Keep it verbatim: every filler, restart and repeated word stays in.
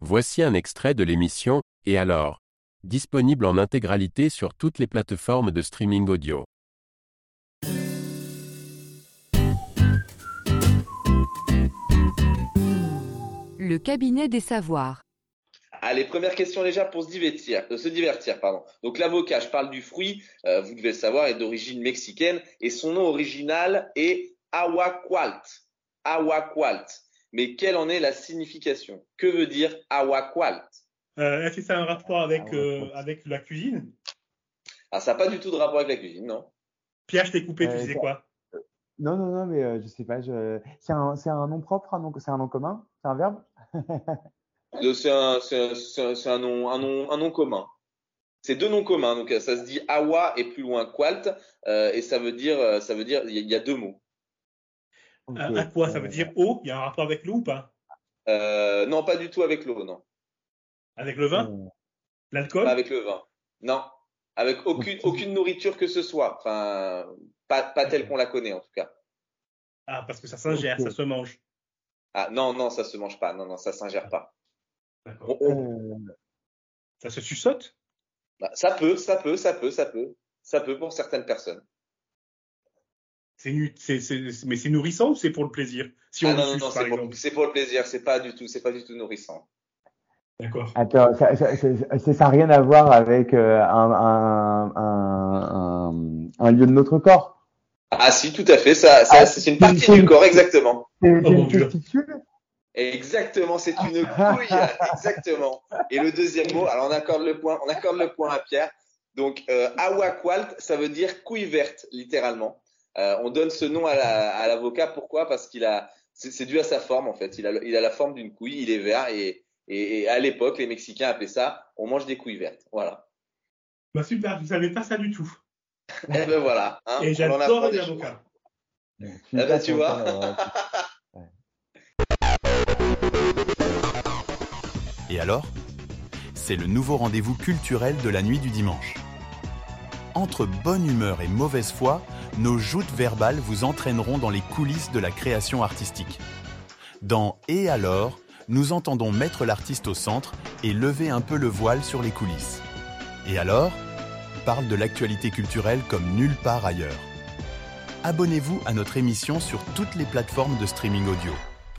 Voici un extrait de l'émission « Et alors ?», disponible en intégralité sur toutes les plateformes de streaming audio. Le cabinet des savoirs. Allez, première question légère pour se divertir. Euh, se divertir pardon. Donc l'avocat, je parle du fruit, euh, vous devez le savoir, est d'origine mexicaine et son nom original est Aguacualt. Aguacualt. Mais quelle en est la signification? Que veut dire Aguacualt? Euh, Est-ce que ça a un rapport avec, euh, avec la cuisine? Ah, ça n'a pas du tout de rapport avec la cuisine, non. Pierre, je t'ai coupé, tu Euh, disais ça- quoi? Non, non, non, mais euh, je sais pas. Je... C'est un, c'est un nom propre, un nom, c'est un nom commun, c'est un verbe. Euh, C'est un, c'est un, c'est un, c'est un nom, un nom, un nom commun. C'est deux noms communs, donc euh, ça se dit Awa et plus loin Qualt, euh, et ça veut dire, euh, ça veut dire, il y, a- il y a deux mots. Ok. Euh, à quoi? Ça Euh, veut dire eau? Il y a un rapport avec l'eau ou pas? Euh, non, pas du tout avec l'eau, non. Avec le vin? euh, L'alcool? Pas avec le vin. Non. Avec aucune, aucune nourriture que ce soit. Enfin, pas, pas telle qu'on la connaît, en tout cas. Ah, parce que ça s'ingère, Ok. ça se mange. Ah, non, non, ça se mange pas. Non, non, ça s'ingère pas. D'accord. On- on- euh, Ça se suçote? bah, ça peut, ça peut, ça peut, ça peut. Ça peut pour certaines personnes. C'est nu, c'est, c'est, c'est- mais c'est nourrissant ou c'est pour le plaisir? Si on Ah le non, non, suce, non, par c'est pour, exemple. c'est pour le plaisir. C'est pas du tout, c'est pas du tout nourrissant. D'accord. Attends, ça, ça, ça, ça, ça a rien à voir avec euh, un, un, un, un, un lieu de notre corps. Ah si, tout à fait. Ça, ça, Ah, c'est une c'est- partie c'est- du corps, exactement. C'est Oh c'est mon une Dieu. testicule. Exactement, c'est une couille, exactement. Et le deuxième mot, alors on accorde le point, on accorde le point à Pierre. Donc euh, Aguacualt, ça veut dire couille verte, littéralement. Euh, on donne ce nom à, la, à l'avocat, pourquoi? Parce qu'il a, c'est, c'est dû à sa forme en fait. Il a, il a la forme d'une couille, il est vert et, et, et à l'époque, les Mexicains appelaient ça, on mange des couilles vertes. Voilà. Bah super, je savais pas ça du tout. Et ben voilà. Hein, Et on en j'adore apprend les des avocats. Je suis Eh ben, hyper tu content vois. d'avoir appris. Et alors? C'est le nouveau rendez-vous culturel de la nuit du dimanche. Entre bonne humeur et mauvaise foi, nos joutes verbales vous entraîneront dans les coulisses de la création artistique. Dans Et alors, nous entendons mettre l'artiste au centre et lever un peu le voile sur les coulisses. Et alors parle de l'actualité culturelle comme nulle part ailleurs. Abonnez-vous à notre émission sur toutes les plateformes de streaming audio.